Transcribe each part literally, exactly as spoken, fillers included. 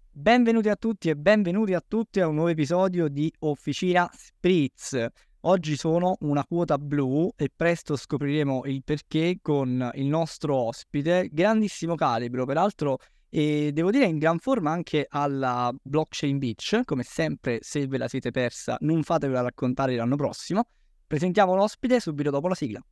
Benvenuti a tutti e benvenuti a tutti a un nuovo episodio di Officina Spritz. Oggi sono una quota blu e presto scopriremo il perché con il nostro ospite, grandissimo calibro, peraltro, e devo dire in gran forma anche alla Blockchain Beach. Come sempre, se ve la siete persa, non fatevela raccontare l'anno prossimo. Presentiamo l'ospite subito dopo la sigla.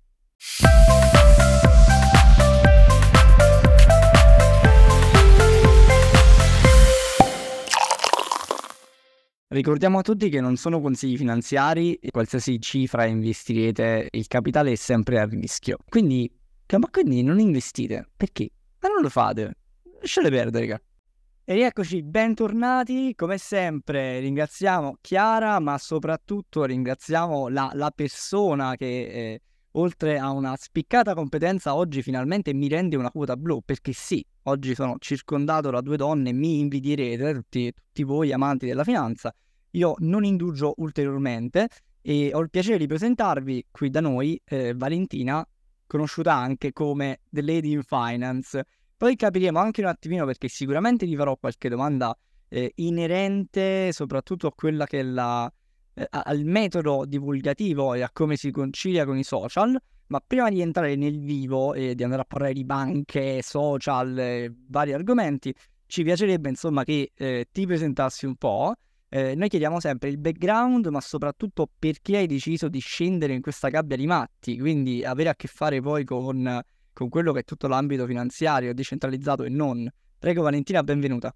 Ricordiamo a tutti che non sono consigli finanziari e qualsiasi cifra investirete, il capitale è sempre a rischio. Quindi, ma quindi non investite. Perché? Ma non lo fate. Lasciate perdere, raga. E rieccoci, bentornati. Come sempre ringraziamo Chiara, ma soprattutto ringraziamo la, la persona che, eh, oltre a una spiccata competenza, oggi finalmente mi rende una quota blu. Perché sì, oggi sono circondato da due donne, mi invidierete, tutti, tutti voi amanti della finanza. Io non indugio ulteriormente e ho il piacere di presentarvi qui da noi eh, Valentina, conosciuta anche come The Lady in Finance. Poi capiremo anche un attimino, perché sicuramente vi farò qualche domanda eh, inerente soprattutto a quella che è la, eh, al metodo divulgativo e a come si concilia con i social. Ma prima di entrare nel vivo e di andare a parlare di banche, social, eh, vari argomenti, ci piacerebbe insomma che eh, ti presentassi un po'. Eh, noi chiediamo sempre il background, ma soprattutto perché hai deciso di scendere in questa gabbia di matti, quindi avere a che fare poi con, con quello che è tutto l'ambito finanziario, decentralizzato e non. Prego Valentina, benvenuta.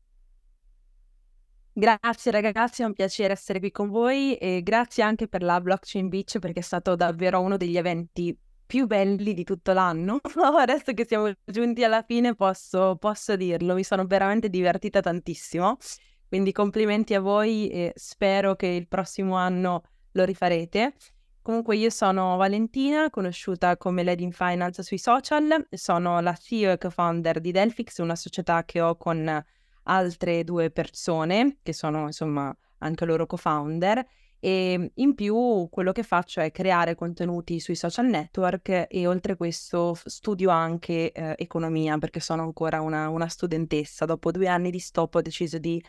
Grazie ragazzi, è un piacere essere qui con voi e grazie anche per la Blockchain Beach perché è stato davvero uno degli eventi più belli di tutto l'anno. Adesso che siamo giunti alla fine posso, posso dirlo, mi sono veramente divertita tantissimo, quindi complimenti a voi e spero che il prossimo anno lo rifarete. Comunque io sono Valentina, conosciuta come Lady in Finance sui social, sono la C E O e co-founder di Delphix, una società che ho con altre due persone che sono insomma anche loro co-founder, e in più quello che faccio è creare contenuti sui social network e oltre questo studio anche eh, economia perché sono ancora una, una studentessa. Dopo due anni di stop ho deciso di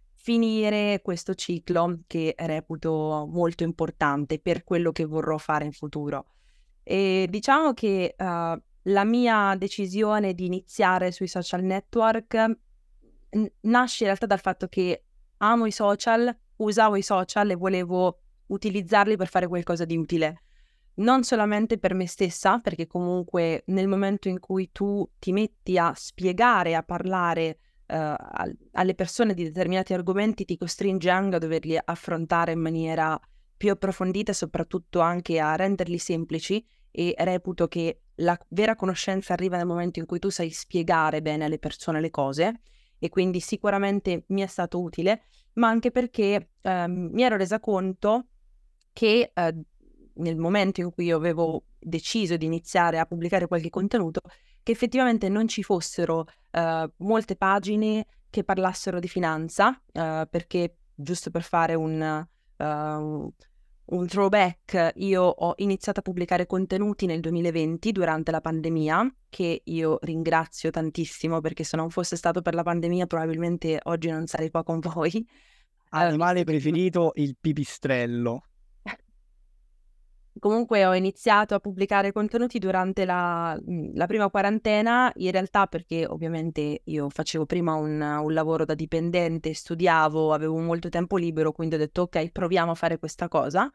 finire questo ciclo che reputo molto importante per quello che vorrò fare in futuro. E diciamo che uh, la mia decisione di iniziare sui social network n- nasce in realtà dal fatto che amo i social, usavo i social e volevo utilizzarli per fare qualcosa di utile. Non solamente per me stessa, perché comunque nel momento in cui tu ti metti a spiegare, a parlare uh, al- alle persone di determinati argomenti, ti costringe anche a doverli affrontare in maniera più approfondita e soprattutto anche a renderli semplici, e reputo che la vera conoscenza arriva nel momento in cui tu sai spiegare bene alle persone le cose, e quindi sicuramente mi è stato utile, ma anche perché ehm, mi ero resa conto che eh, nel momento in cui io avevo deciso di iniziare a pubblicare qualche contenuto, che effettivamente non ci fossero eh, molte pagine che parlassero di finanza, eh, perché giusto per fare un, uh, un throwback, io ho iniziato a pubblicare contenuti nel duemilaventi durante la pandemia, che io ringrazio tantissimo perché se non fosse stato per la pandemia probabilmente oggi non sarei qua con voi. Animale Uh, preferito, il pipistrello. Comunque ho iniziato a pubblicare contenuti durante la, la prima quarantena, in realtà perché ovviamente io facevo prima un, un lavoro da dipendente, studiavo, avevo molto tempo libero, quindi ho detto ok, proviamo a fare questa cosa.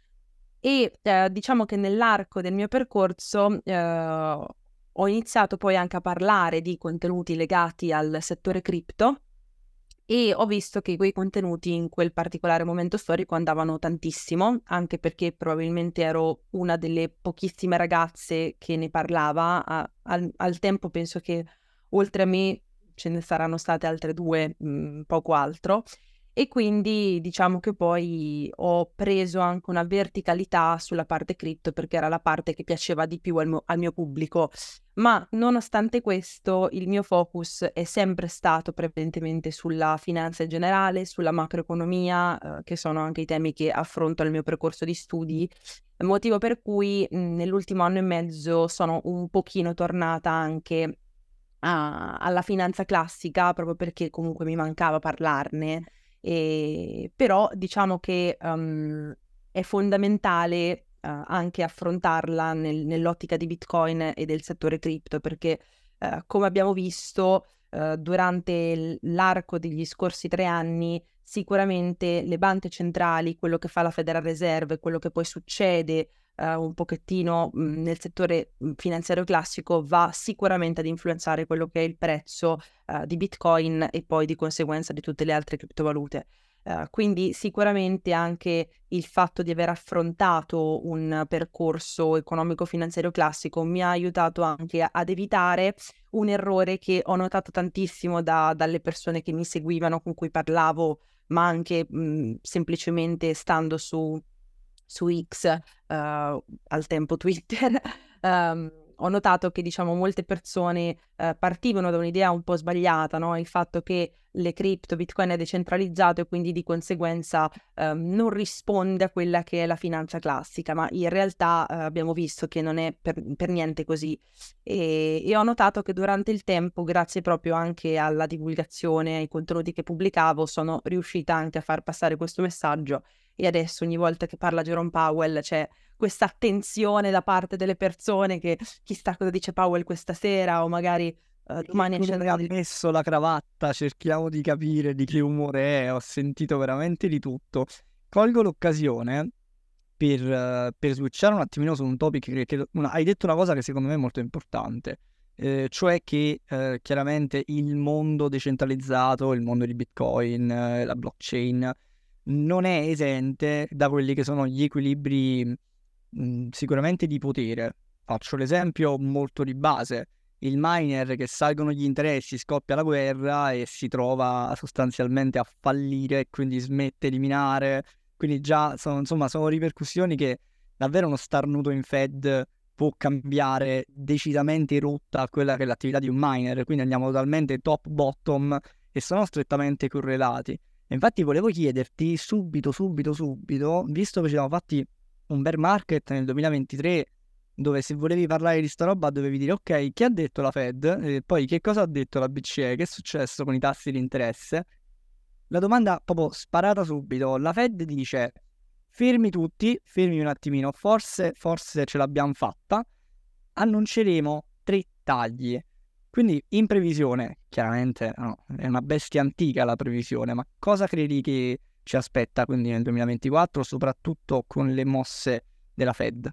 E eh, diciamo che nell'arco del mio percorso eh, ho iniziato poi anche a parlare di contenuti legati al settore cripto, e ho visto che quei contenuti in quel particolare momento storico andavano tantissimo, anche perché probabilmente ero una delle pochissime ragazze che ne parlava. A, al, al tempo penso che oltre a me ce ne saranno state altre due, mh, poco altro. E quindi diciamo che poi ho preso anche una verticalità sulla parte cripto perché era la parte che piaceva di più al mio, al mio pubblico. Ma nonostante questo, il mio focus è sempre stato prevalentemente sulla finanza in generale, sulla macroeconomia, eh, che sono anche i temi che affronto nel mio percorso di studi, motivo per cui mh, nell'ultimo anno e mezzo sono un pochino tornata anche a- alla finanza classica, proprio perché comunque mi mancava parlarne. E, però diciamo che um, è fondamentale uh, anche affrontarla nel- nell'ottica di Bitcoin e del settore cripto, perché uh, come abbiamo visto uh, durante l- l'arco degli scorsi tre anni, sicuramente le banche centrali, quello che fa la Federal Reserve, quello che poi succede uh, un pochettino mh, nel settore mh, finanziario classico, va sicuramente ad influenzare quello che è il prezzo uh, di Bitcoin e poi di conseguenza di tutte le altre criptovalute. Uh, quindi sicuramente anche il fatto di aver affrontato un percorso economico-finanziario classico mi ha aiutato anche a- ad evitare un errore che ho notato tantissimo da- dalle persone che mi seguivano, con cui parlavo, ma anche mh, semplicemente stando su, su X, uh, al tempo Twitter. um, ho notato che, diciamo, molte persone uh, partivano da un'idea un po' sbagliata, no? Il fatto che le cripto, Bitcoin è decentralizzato e quindi di conseguenza um, non risponde a quella che è la finanza classica, ma in realtà uh, abbiamo visto che non è per, per niente così. E, e ho notato che durante il tempo, grazie proprio anche alla divulgazione, ai contenuti che pubblicavo, sono riuscita anche a far passare questo messaggio, e adesso ogni volta che parla Jerome Powell c'è questa attenzione da parte delle persone che chissà cosa dice Powell questa sera, o magari uh, domani Come esce ha il... messo la cravatta, cerchiamo di capire di che umore è, ho sentito veramente di tutto. Colgo l'occasione per, eh, per switchare un attimino su un topic che, che- una- hai detto una cosa che secondo me è molto importante, eh, cioè che eh, chiaramente il mondo decentralizzato, il mondo di Bitcoin, eh, la blockchain, non è esente da quelli che sono gli equilibri mh, sicuramente di potere. Faccio l'esempio molto di base: il miner che salgono gli interessi, scoppia la guerra e si trova sostanzialmente a fallire e quindi smette di minare. Quindi già sono, insomma, sono ripercussioni che davvero uno starnuto in Fed può cambiare decisamente rotta a quella che è l'attività di un miner. Quindi andiamo totalmente top-bottom e sono strettamente correlati. E infatti volevo chiederti subito, subito, subito, visto che ci siamo fatti un bear market nel duemilaventitré, dove se volevi parlare di sta roba dovevi dire ok, che ha detto la Fed e poi che cosa ha detto la B C E, che è successo con i tassi di interesse. La domanda proprio sparata subito: la Fed dice fermi tutti, fermi un attimino, forse, forse ce l'abbiamo fatta, annunceremo tre tagli. Quindi in previsione, chiaramente no, è una bestia antica la previsione, ma cosa credi che ci aspetta quindi nel duemilaventiquattro, soprattutto con le mosse della Fed?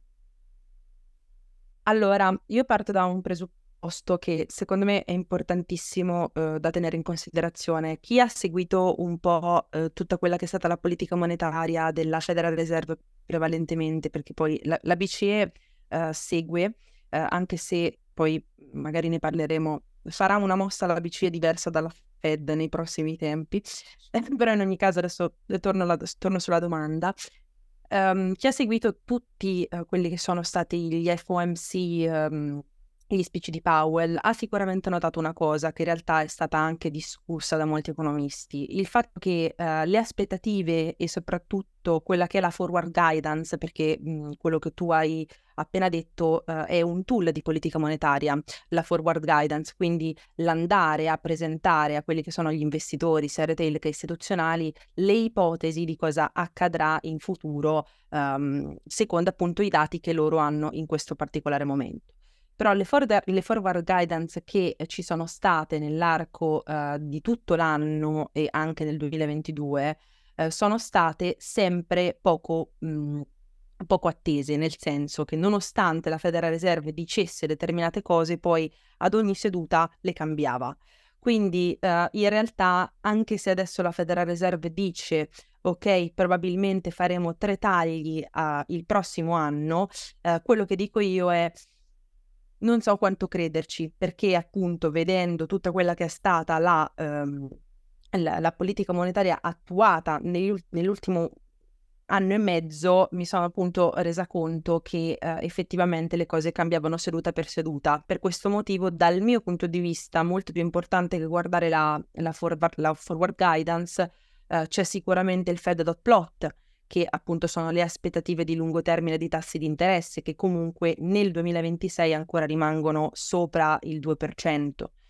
Allora, io parto da un presupposto che secondo me è importantissimo eh, da tenere in considerazione. Chi ha seguito un po' eh, tutta quella che è stata la politica monetaria della Federal Reserve prevalentemente, perché poi la, la B C E eh, segue, eh, anche se poi magari ne parleremo, farà una mossa alla B C E diversa dalla Fed nei prossimi tempi. Però in ogni caso adesso torno, alla- torno sulla domanda. Ehm, chi ha seguito tutti eh, quelli che sono stati gli F O M C, ehm, gli speech di Powell, ha sicuramente notato una cosa che in realtà è stata anche discussa da molti economisti: il fatto che eh, le aspettative e soprattutto quella che è la forward guidance, perché mh, quello che tu hai appena detto eh, è un tool di politica monetaria, la forward guidance, quindi l'andare a presentare a quelli che sono gli investitori, sia retail che istituzionali, le ipotesi di cosa accadrà in futuro, um, secondo appunto i dati che loro hanno in questo particolare momento. Però le, for- le forward guidance che eh, ci sono state nell'arco uh, di tutto l'anno e anche nel duemilaventidue uh, sono state sempre poco, mh, poco attese, nel senso che nonostante la Federal Reserve dicesse determinate cose, poi ad ogni seduta le cambiava. Quindi uh, in realtà, anche se adesso la Federal Reserve dice ok, probabilmente faremo tre tagli uh, il prossimo anno, uh, quello che dico io è non so quanto crederci, perché appunto vedendo tutta quella che è stata la, ehm, la, la politica monetaria attuata negli, nell'ultimo anno e mezzo, mi sono appunto resa conto che eh, effettivamente le cose cambiavano seduta per seduta. Per questo motivo, dal mio punto di vista, molto più importante che guardare la, la, forward, la forward guidance, eh, c'è sicuramente il Fed dot plot, che appunto sono le aspettative di lungo termine di tassi di interesse, che comunque nel duemilaventisei ancora rimangono sopra il due per cento.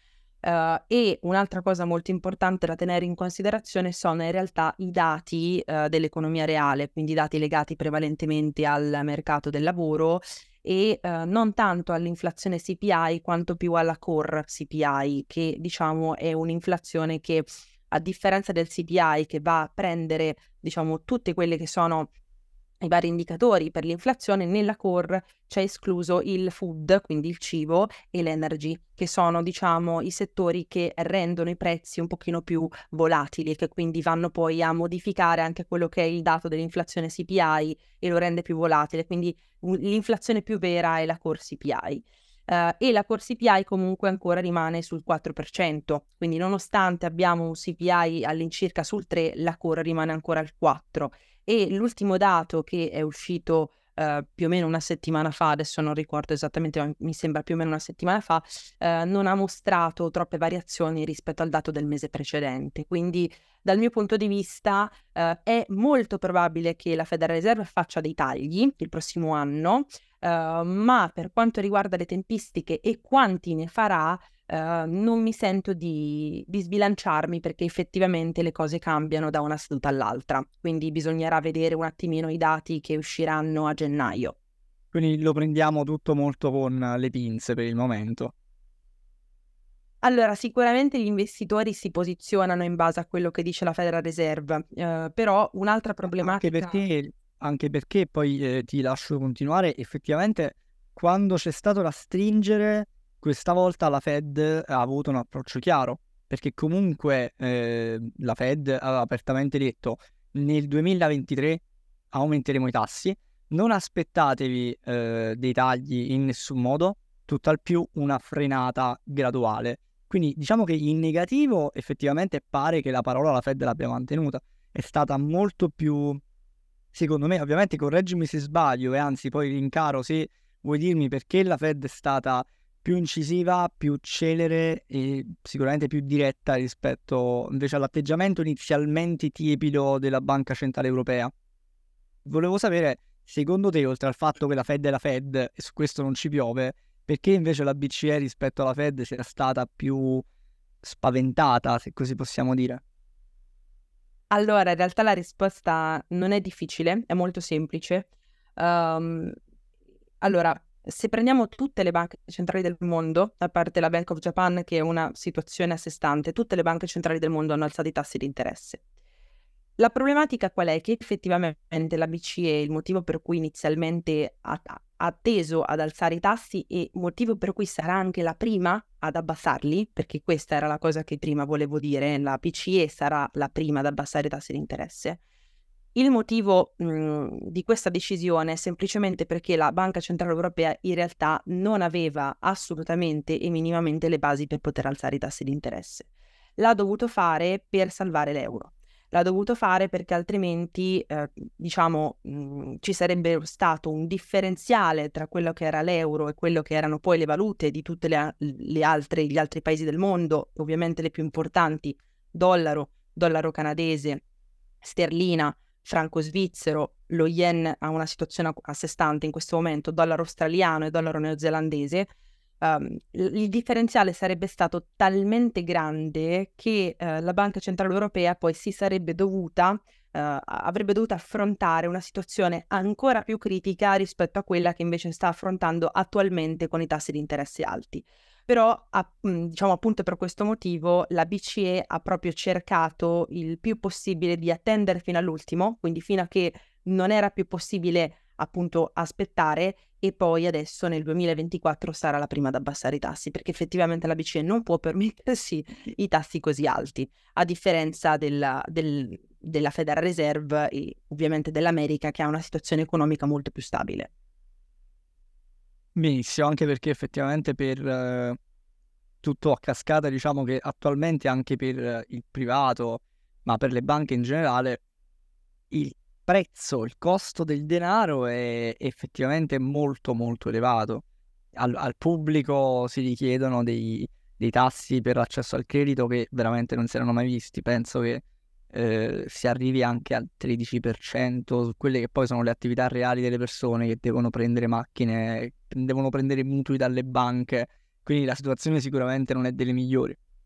Uh, e un'altra cosa molto importante da tenere in considerazione sono in realtà i dati uh, dell'economia reale, quindi dati legati prevalentemente al mercato del lavoro e uh, non tanto all'inflazione C P I quanto più alla core C P I, che diciamo è un'inflazione che, a differenza del C P I, che va a prendere diciamo tutte quelle che sono i vari indicatori per l'inflazione, nella core c'è escluso il food, quindi il cibo, e l'energy, che sono diciamo i settori che rendono i prezzi un pochino più volatili, che quindi vanno poi a modificare anche quello che è il dato dell'inflazione C P I e lo rende più volatile, quindi l'inflazione più vera è la core C P I. Uh, e la core C P I comunque ancora rimane sul quattro per cento, quindi nonostante abbiamo un C P I all'incirca sul tre, la core rimane ancora al quattro per cento. E l'ultimo dato che è uscito uh, più o meno una settimana fa, adesso non ricordo esattamente, ma mi sembra più o meno una settimana fa, uh, non ha mostrato troppe variazioni rispetto al dato del mese precedente. Quindi dal mio punto di vista uh, è molto probabile che la Federal Reserve faccia dei tagli il prossimo anno, uh, ma per quanto riguarda le tempistiche e quanti ne farà, Uh, non mi sento di, di sbilanciarmi, perché effettivamente le cose cambiano da una seduta all'altra, quindi bisognerà vedere un attimino i dati che usciranno a gennaio. Quindi lo prendiamo tutto molto con le pinze per il momento. Allora, sicuramente gli investitori si posizionano in base a quello che dice la Federal Reserve, uh, però un'altra problematica... Anche perché, anche perché poi eh, ti lascio continuare, effettivamente quando c'è stato da stringere, questa volta la Fed ha avuto un approccio chiaro, perché comunque eh, la Fed aveva apertamente detto nel duemilaventitré aumenteremo i tassi, non aspettatevi eh, dei tagli in nessun modo, tutt'al più una frenata graduale. Quindi diciamo che in negativo effettivamente pare che la parola la Fed l'abbia mantenuta, è stata molto più, secondo me, ovviamente correggimi se sbaglio e anzi poi rincaro se vuoi dirmi perché la Fed è stata più incisiva, più celere e sicuramente più diretta rispetto invece all'atteggiamento inizialmente tiepido della Banca Centrale Europea. Volevo sapere, secondo te, oltre al fatto che la Fed è la Fed e su questo non ci piove, perché invece la B C E rispetto alla Fed sia stata più spaventata, se così possiamo dire? Allora, in realtà la risposta non è difficile, è molto semplice. Um, allora, se prendiamo tutte le banche centrali del mondo, a parte la Bank of Japan che è una situazione a sé stante, tutte le banche centrali del mondo hanno alzato i tassi di interesse. La problematica qual è? Che effettivamente la B C E, il motivo per cui inizialmente ha, ha teso ad alzare i tassi e motivo per cui sarà anche la prima ad abbassarli, perché questa era la cosa che prima volevo dire, la B C E sarà la prima ad abbassare i tassi di interesse. Il motivo mh, di questa decisione è semplicemente perché la Banca Centrale Europea in realtà non aveva assolutamente e minimamente le basi per poter alzare i tassi di interesse. L'ha dovuto fare per salvare l'euro. L'ha dovuto fare perché altrimenti, eh, diciamo, mh, ci sarebbe stato un differenziale tra quello che era l'euro e quello che erano poi le valute di tutte le, le altre, gli altri paesi del mondo, ovviamente le più importanti, dollaro, dollaro canadese, sterlina, franco svizzero, lo yen ha una situazione a sé stante in questo momento, dollaro australiano e dollaro neozelandese. Um, il differenziale sarebbe stato talmente grande che uh, la Banca Centrale Europea poi si sarebbe dovuta, uh, avrebbe dovuto affrontare una situazione ancora più critica rispetto a quella che invece sta affrontando attualmente con i tassi di interesse alti. Però, a, diciamo appunto per questo motivo, la B C E ha proprio cercato il più possibile di attendere fino all'ultimo, quindi fino a che non era più possibile appunto aspettare, e poi adesso nel duemilaventiquattro sarà la prima ad abbassare i tassi, perché effettivamente la B C E non può permettersi i tassi così alti, a differenza della, del, della Federal Reserve e ovviamente dell'America, che ha una situazione economica molto più stabile. Benissimo, anche perché effettivamente per eh, tutto a cascata, diciamo che attualmente anche per eh, il privato, ma per le banche in generale, il prezzo, il costo del denaro è effettivamente molto molto elevato. Al, al pubblico si richiedono dei, dei tassi per l'accesso al credito che veramente non si erano mai visti. Penso che eh, si arrivi anche al tredici per cento su quelle che poi sono le attività reali delle persone che devono prendere macchine, devono prendere mutui dalle banche, quindi la situazione sicuramente non è delle migliori.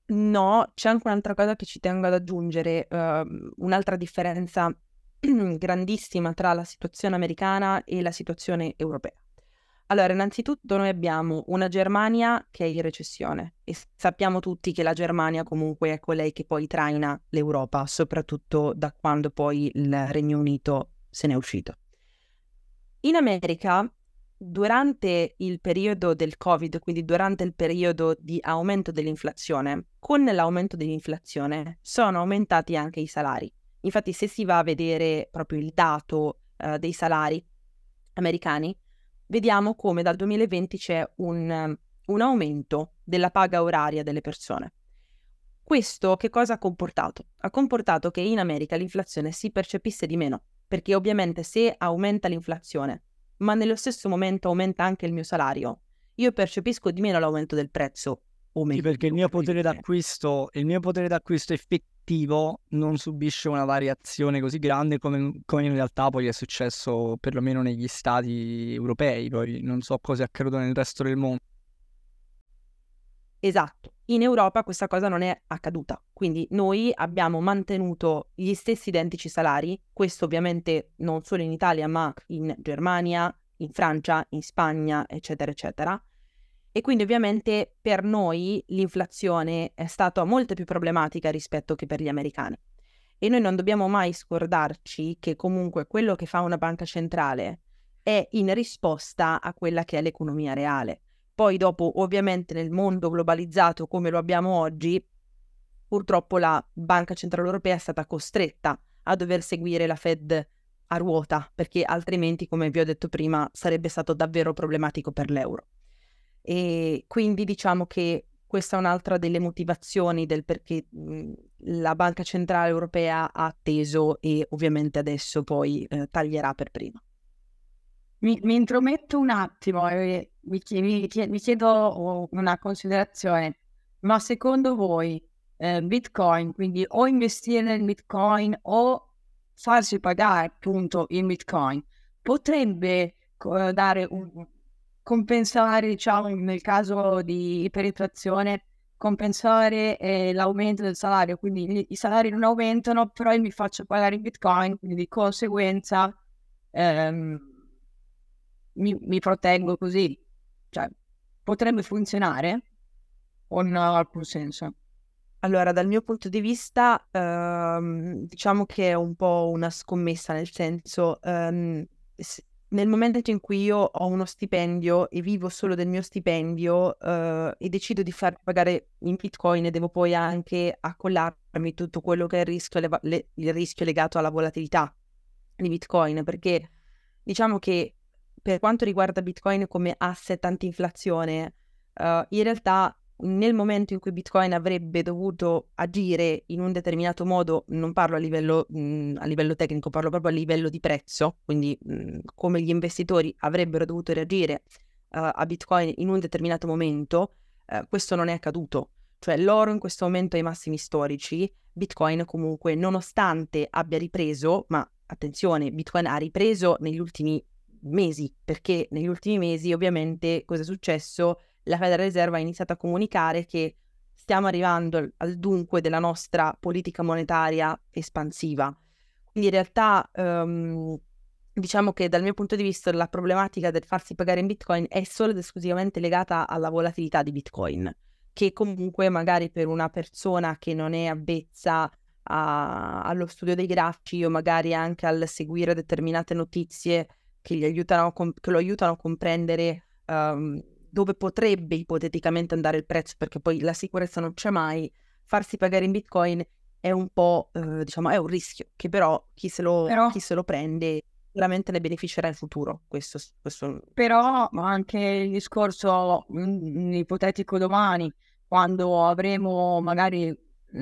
No, c'è anche un'altra cosa che ci tengo ad aggiungere, ehm, un'altra differenza grandissima tra la situazione americana e la situazione europea. Allora, innanzitutto noi abbiamo una Germania che è in recessione e s- sappiamo tutti che la Germania comunque è colei che poi traina l'Europa, soprattutto da quando poi il Regno Unito se n'è uscito. In America, durante il periodo del Covid, quindi durante il periodo di aumento dell'inflazione, con l'aumento dell'inflazione sono aumentati anche i salari. Infatti, se si va a vedere proprio il dato eh, dei salari americani, vediamo come dal duemilaventi c'è un, um, un aumento della paga oraria delle persone. Questo che cosa ha comportato? Ha comportato che in America l'inflazione si percepisse di meno, perché ovviamente se aumenta l'inflazione, ma nello stesso momento aumenta anche il mio salario, io percepisco di meno l'aumento del prezzo, o Sì, perché il meglio, mio potere ovviamente. d'acquisto, il mio potere d'acquisto effettivo non subisce una variazione così grande come, come in realtà poi è successo perlomeno negli stati europei, poi non so cosa è accaduto nel resto del mondo. Esatto, in Europa questa cosa non è accaduta, quindi noi abbiamo mantenuto gli stessi identici salari, questo ovviamente non solo in Italia ma in Germania, in Francia, in Spagna, eccetera, eccetera. E quindi ovviamente per noi l'inflazione è stata molto più problematica rispetto che per gli americani. E noi non dobbiamo mai scordarci che comunque quello che fa una banca centrale è in risposta a quella che è l'economia reale. Poi dopo, ovviamente, nel mondo globalizzato come lo abbiamo oggi, purtroppo la Banca Centrale Europea è stata costretta a dover seguire la Fed a ruota, perché altrimenti, come vi ho detto prima, sarebbe stato davvero problematico per l'euro. E quindi diciamo che questa è un'altra delle motivazioni del perché mh, la Banca Centrale Europea ha atteso e ovviamente adesso poi eh, taglierà per prima. Mi, mi intrometto un attimo e mi, chie- mi chie- mi chiedo oh, una considerazione, ma secondo voi eh, Bitcoin, quindi o investire nel Bitcoin o farsi pagare appunto in Bitcoin, potrebbe co- dare un, compensare, diciamo, nel caso di iperinflazione, compensare eh, l'aumento del salario, quindi i, i salari non aumentano, però io mi faccio pagare in Bitcoin, quindi di conseguenza ehm, mi, mi proteggo così, cioè potrebbe funzionare o non ha alcun senso? Allora, dal mio punto di vista, ehm, diciamo che è un po' una scommessa, nel senso, ehm, s- nel momento in cui io ho uno stipendio e vivo solo del mio stipendio, eh, e decido di far pagare in Bitcoin e devo poi anche accollarmi tutto quello che è il rischio, leva- le- il rischio legato alla volatilità di Bitcoin, perché diciamo che per quanto riguarda Bitcoin come asset anti-inflazione, eh, in realtà nel momento in cui Bitcoin avrebbe dovuto agire in un determinato modo, non parlo a livello, mh, a livello tecnico, parlo proprio a livello di prezzo, quindi mh, come gli investitori avrebbero dovuto reagire eh, a Bitcoin in un determinato momento, eh, questo non è accaduto. Cioè l'oro in questo momento è ai massimi storici, Bitcoin comunque nonostante abbia ripreso, ma attenzione, Bitcoin ha ripreso negli ultimi mesi, perché negli ultimi mesi ovviamente cosa è successo? La Federal Reserve ha iniziato a comunicare che stiamo arrivando al, al dunque della nostra politica monetaria espansiva. Quindi in realtà ehm, diciamo che dal mio punto di vista la problematica del farsi pagare in Bitcoin è solo ed esclusivamente legata alla volatilità di Bitcoin, che comunque magari per una persona che non è avvezza a- allo studio dei grafici o magari anche al seguire determinate notizie che, gli aiutano a com- che lo aiutano a comprendere ehm, dove potrebbe ipoteticamente andare il prezzo, perché poi la sicurezza non c'è mai, farsi pagare in Bitcoin è un po', eh, diciamo, è un rischio che però chi se lo, Però, chi se lo prende sicuramente ne beneficerà in futuro. Questo, questo... però anche il discorso mm, ipotetico domani, quando avremo magari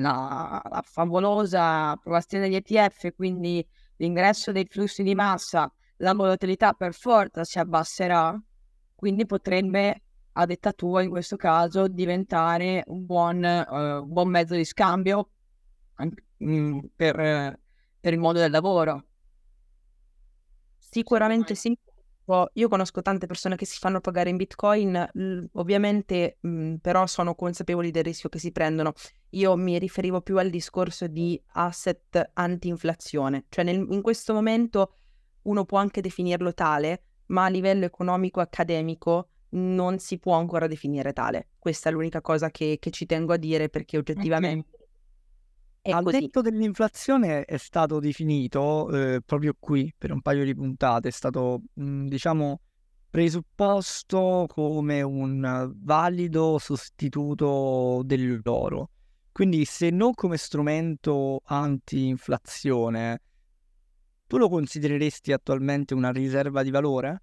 la, la favolosa approvazione degli E T F, quindi l'ingresso dei flussi di massa, la volatilità per forza si abbasserà, quindi potrebbe, a detta tua in questo caso, diventare un buon, eh, un buon mezzo di scambio anche, mm, per, eh, per il mondo del lavoro. Sicuramente sì, conosco, io conosco tante persone che si fanno pagare in Bitcoin, l- ovviamente mh, però sono consapevoli del rischio che si prendono. Io mi riferivo più al discorso di asset anti-inflazione, cioè nel- in questo momento uno può anche definirlo tale, ma a livello economico accademico non si può ancora definire tale. Questa è l'unica cosa che, che ci tengo a dire, perché oggettivamente è Al così. netto dell'inflazione è stato definito eh, proprio qui per un paio di puntate, è stato mh, diciamo presupposto come un eh, valido sostituto dell'oro. Quindi se non come strumento anti-inflazione, tu lo considereresti attualmente una riserva di valore?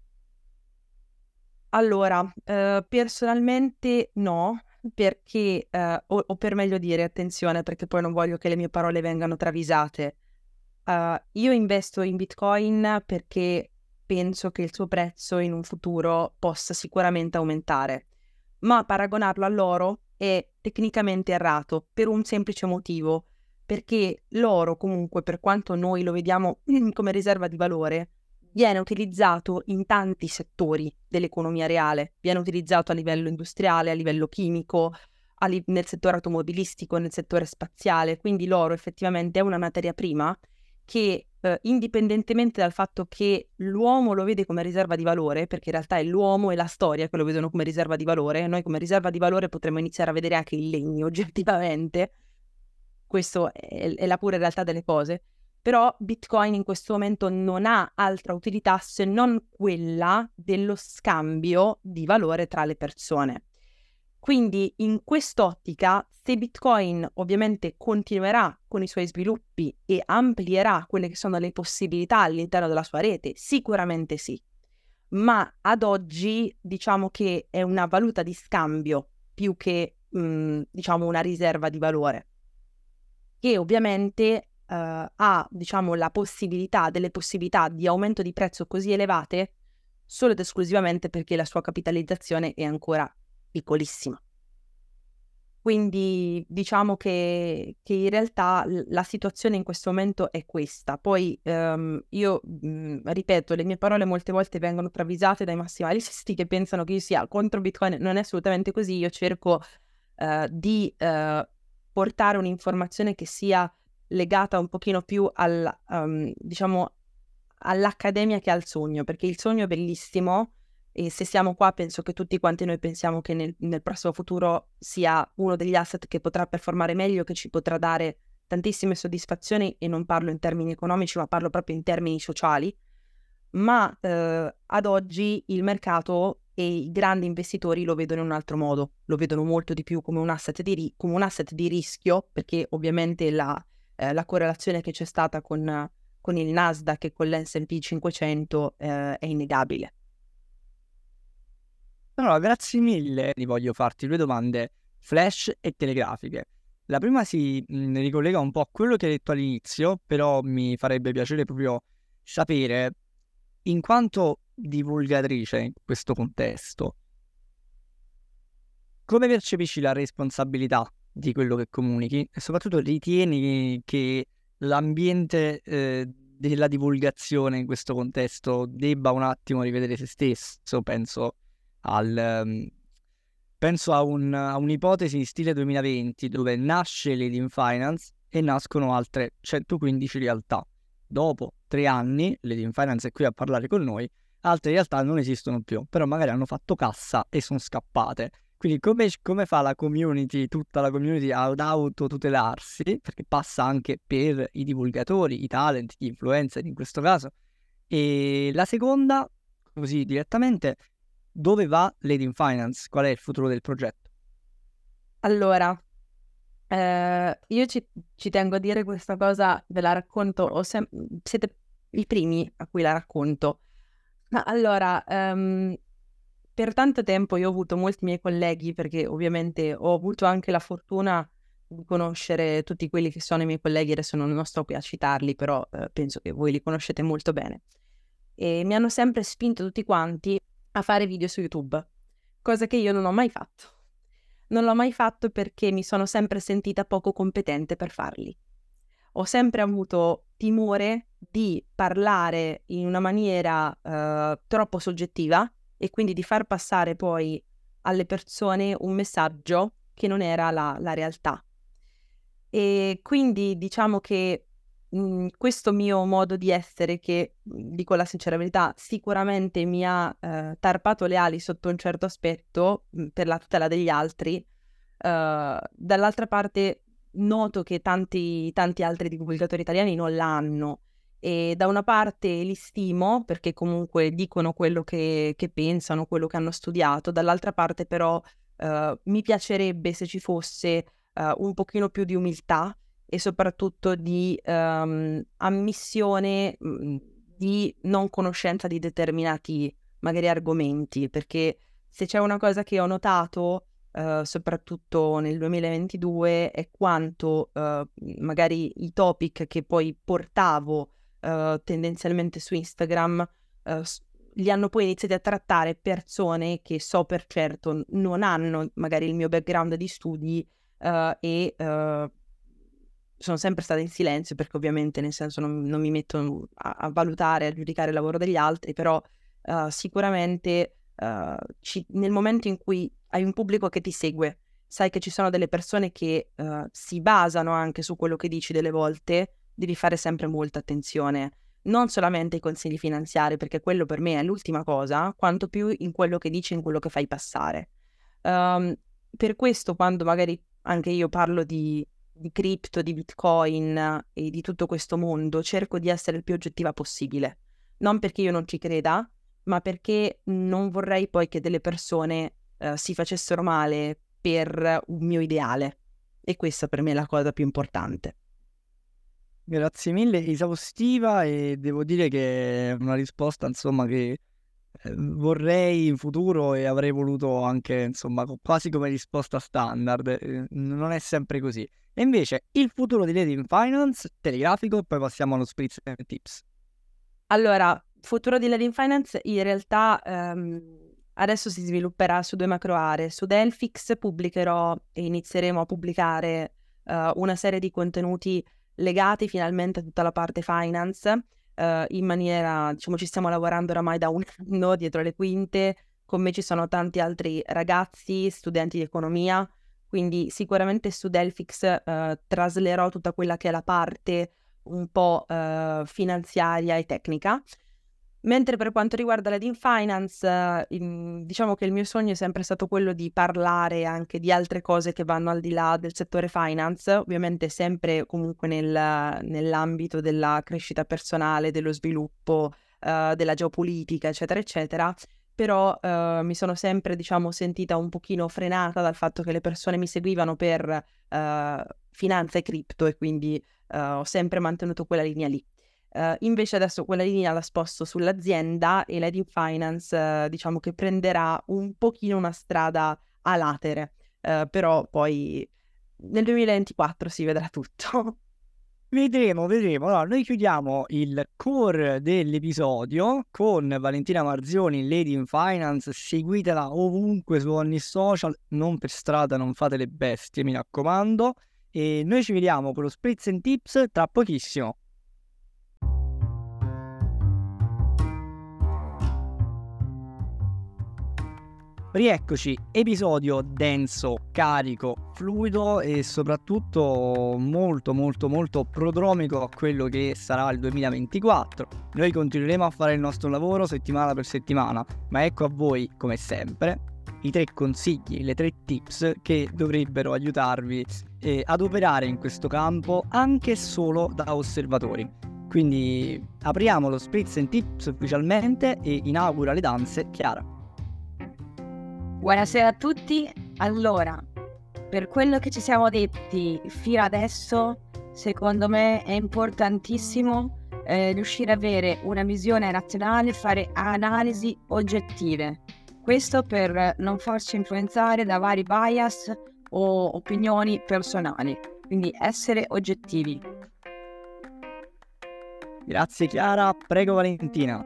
Allora, eh, personalmente no, perché, eh, o, o per meglio dire, attenzione, perché poi non voglio che le mie parole vengano travisate. Eh, io investo in Bitcoin perché penso che il suo prezzo in un futuro possa sicuramente aumentare, ma paragonarlo all'oro è tecnicamente errato per un semplice motivo, perché l'oro comunque, per quanto noi lo vediamo come riserva di valore, viene utilizzato in tanti settori dell'economia reale, viene utilizzato a livello industriale, a livello chimico, a li- nel settore automobilistico, nel settore spaziale, quindi l'oro effettivamente è una materia prima che eh, indipendentemente dal fatto che l'uomo lo vede come riserva di valore, perché in realtà è l'uomo e la storia che lo vedono come riserva di valore, noi come riserva di valore potremmo iniziare a vedere anche il legno oggettivamente, questo è, è la pura realtà delle cose, però Bitcoin in questo momento non ha altra utilità se non quella dello scambio di valore tra le persone. Quindi in quest'ottica, se Bitcoin ovviamente continuerà con i suoi sviluppi e amplierà quelle che sono le possibilità all'interno della sua rete, sicuramente sì. Ma ad oggi diciamo che è una valuta di scambio più che mh, diciamo una riserva di valore, che ovviamente eh, ha diciamo la possibilità, delle possibilità di aumento di prezzo così elevate solo ed esclusivamente perché la sua capitalizzazione è ancora piccolissima. Quindi diciamo che, che in realtà l- la situazione in questo momento è questa. Poi ehm, io, mh, ripeto, le mie parole molte volte vengono travisate dai massimalisti che pensano che io sia contro Bitcoin. Non è assolutamente così. Io cerco eh, di eh, portare un'informazione che sia legata un pochino più al, um, diciamo, all'accademia che al sogno, perché il sogno è bellissimo. E se siamo qua, penso che tutti quanti noi pensiamo che nel, nel prossimo futuro sia uno degli asset che potrà performare meglio, che ci potrà dare tantissime soddisfazioni, e non parlo in termini economici, ma parlo proprio in termini sociali. Ma eh, ad oggi il mercato e i grandi investitori lo vedono in un altro modo, lo vedono molto di più come un asset di, ri- come un asset di rischio, perché ovviamente la, eh, la correlazione che c'è stata con, con il Nasdaq e con l'S and P cinquecento eh, è innegabile. Allora, grazie mille. Ti voglio farti due domande flash e telegrafiche. La prima si mh, ricollega un po' a quello che hai detto all'inizio, però mi farebbe piacere proprio sapere, in quanto divulgatrice in questo contesto, come percepisci la responsabilità di quello che comunichi e soprattutto ritieni che l'ambiente eh, della divulgazione in questo contesto debba un attimo rivedere se stesso? Penso al, ehm, penso a, un- a un'ipotesi in stile duemilaventi dove nasce Lady in Finance e nascono altre centoquindici realtà. Dopo tre anni, Lady in Finance è qui a parlare con noi, altre realtà non esistono più, però magari hanno fatto cassa e sono scappate. Quindi come, come fa la community, tutta la community ad autotutelarsi, perché passa anche per i divulgatori, i talent, gli influencer in questo caso. E la seconda, così direttamente, dove va Lady in Finance? Qual è il futuro del progetto? Allora, eh, io ci, ci tengo a dire questa cosa, ve la racconto, ho sem- siete i primi a cui la racconto. Ma allora, ehm, per tanto tempo io ho avuto molti miei colleghi, perché ovviamente ho avuto anche la fortuna di conoscere tutti quelli che sono i miei colleghi, adesso non, non sto qui a citarli, però eh, penso che voi li conoscete molto bene. E mi hanno sempre spinto tutti quanti a fare video su YouTube, cosa che io non ho mai fatto. Non l'ho mai fatto perché mi sono sempre sentita poco competente per farli. Ho sempre avuto timore di parlare in una maniera uh, troppo soggettiva e quindi di far passare poi alle persone un messaggio che non era la, la realtà. E quindi diciamo che mh, questo mio modo di essere, che dico la sincera verità, sicuramente mi ha eh, tarpato le ali sotto un certo aspetto mh, per la tutela degli altri, uh, dall'altra parte noto che tanti, tanti altri divulgatori italiani non l'hanno. E da una parte li stimo perché comunque dicono quello che, che pensano, quello che hanno studiato, dall'altra parte però uh, mi piacerebbe se ci fosse uh, un pochino più di umiltà e soprattutto di um, ammissione mh, di non conoscenza di determinati magari argomenti, perché se c'è una cosa che ho notato Uh, soprattutto nel duemilaventidue è quanto uh, magari i topic che poi portavo uh, tendenzialmente su Instagram uh, li hanno poi iniziati a trattare persone che so per certo non hanno magari il mio background di studi uh, e uh, sono sempre stata in silenzio perché ovviamente nel senso non, non mi metto a, a valutare, a giudicare il lavoro degli altri, però uh, sicuramente uh, ci, nel momento in cui hai un pubblico che ti segue, sai che ci sono delle persone che uh, si basano anche su quello che dici delle volte, devi fare sempre molta attenzione, non solamente ai consigli finanziari, perché quello per me è l'ultima cosa, quanto più in quello che dici, in quello che fai passare. Um, per questo quando magari anche io parlo di, di cripto, di Bitcoin e di tutto questo mondo, cerco di essere il più oggettiva possibile, non perché io non ci creda, ma perché non vorrei poi che delle persone Uh, si facessero male per un mio ideale, e questa per me è la cosa più importante. Grazie mille, esaustiva, e devo dire che è una risposta insomma che eh, vorrei in futuro e avrei voluto anche insomma quasi come risposta standard, eh, non è sempre così. E invece il futuro di Lady in Finance, telegrafico, e poi passiamo allo Spritz and Tips. Allora, futuro di Lady in Finance in realtà um... adesso si svilupperà su due macro aree. Su Delphix pubblicherò e inizieremo a pubblicare uh, una serie di contenuti legati finalmente a tutta la parte finance, uh, in maniera, diciamo, ci stiamo lavorando oramai da un anno dietro le quinte. Con me ci sono tanti altri ragazzi, studenti di economia, quindi sicuramente su Delphix uh, traslerò tutta quella che è la parte un po' uh, finanziaria e tecnica. Mentre per quanto riguarda Lady in Finance, eh, in, diciamo che il mio sogno è sempre stato quello di parlare anche di altre cose che vanno al di là del settore finance, ovviamente sempre comunque nel, nell'ambito della crescita personale, dello sviluppo, eh, della geopolitica, eccetera, eccetera. Però eh, mi sono sempre, diciamo, sentita un pochino frenata dal fatto che le persone mi seguivano per eh, finanza e cripto, e quindi eh, ho sempre mantenuto quella linea lì. Uh, invece adesso quella linea la sposto sull'azienda, e Lady in Finance uh, diciamo che prenderà un pochino una strada a latere, uh, però poi nel duemilaventiquattro si vedrà tutto. Vedremo, vedremo. Allora, noi chiudiamo il core dell'episodio con Valentina Marzioni, Lady in Finance. Seguitela ovunque su ogni social, non per strada, non fate le bestie, mi raccomando. E noi ci vediamo con lo Spritz and Tips tra pochissimo. Rieccoci, episodio denso, carico, fluido e soprattutto molto molto molto prodromico a quello che sarà il duemilaventiquattro. Noi continueremo a fare il nostro lavoro settimana per settimana, ma ecco a voi, come sempre, i tre consigli, le tre tips che dovrebbero aiutarvi eh, ad operare in questo campo anche solo da osservatori. Quindi apriamo lo Spritz and Tips ufficialmente e inaugura le danze Chiara. Buonasera a tutti. Allora, per quello che ci siamo detti fino adesso, secondo me è importantissimo eh, riuscire ad avere una visione razionale, fare analisi oggettive. Questo per non farci influenzare da vari bias o opinioni personali. Quindi essere oggettivi. Grazie Chiara, prego Valentina.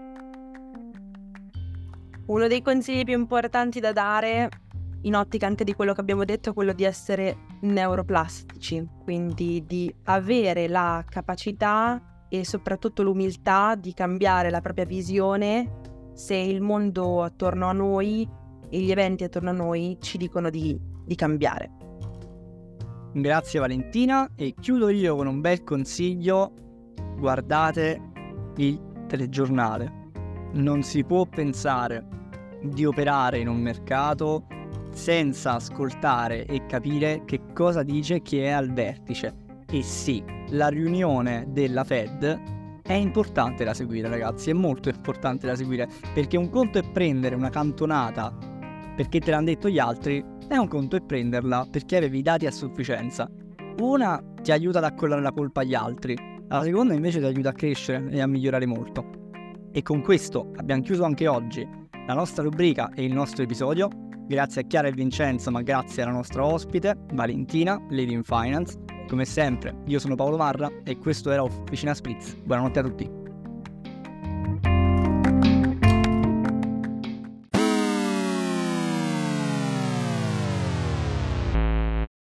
Uno dei consigli più importanti da dare, in ottica anche di quello che abbiamo detto, è quello di essere neuroplastici, quindi di avere la capacità e soprattutto l'umiltà di cambiare la propria visione se il mondo attorno a noi e gli eventi attorno a noi ci dicono di, di cambiare. Grazie Valentina, e chiudo io con un bel consiglio: guardate il telegiornale. Non si può pensare di operare in un mercato senza ascoltare e capire che cosa dice chi è al vertice. E sì, la riunione della Fed è importante da seguire, ragazzi, è molto importante da seguire, perché un conto è prendere una cantonata perché te l'hanno detto gli altri, e un conto è prenderla perché avevi i dati a sufficienza. Una ti aiuta ad accollare la colpa agli altri, la seconda invece ti aiuta a crescere e a migliorare molto. E con questo abbiamo chiuso anche oggi la nostra rubrica e il nostro episodio. Grazie a Chiara e Vincenzo, ma grazie alla nostra ospite Valentina, Lady in Finance. Come sempre, io sono Paolo Marra e questo era Officina Spritz. Buonanotte a tutti.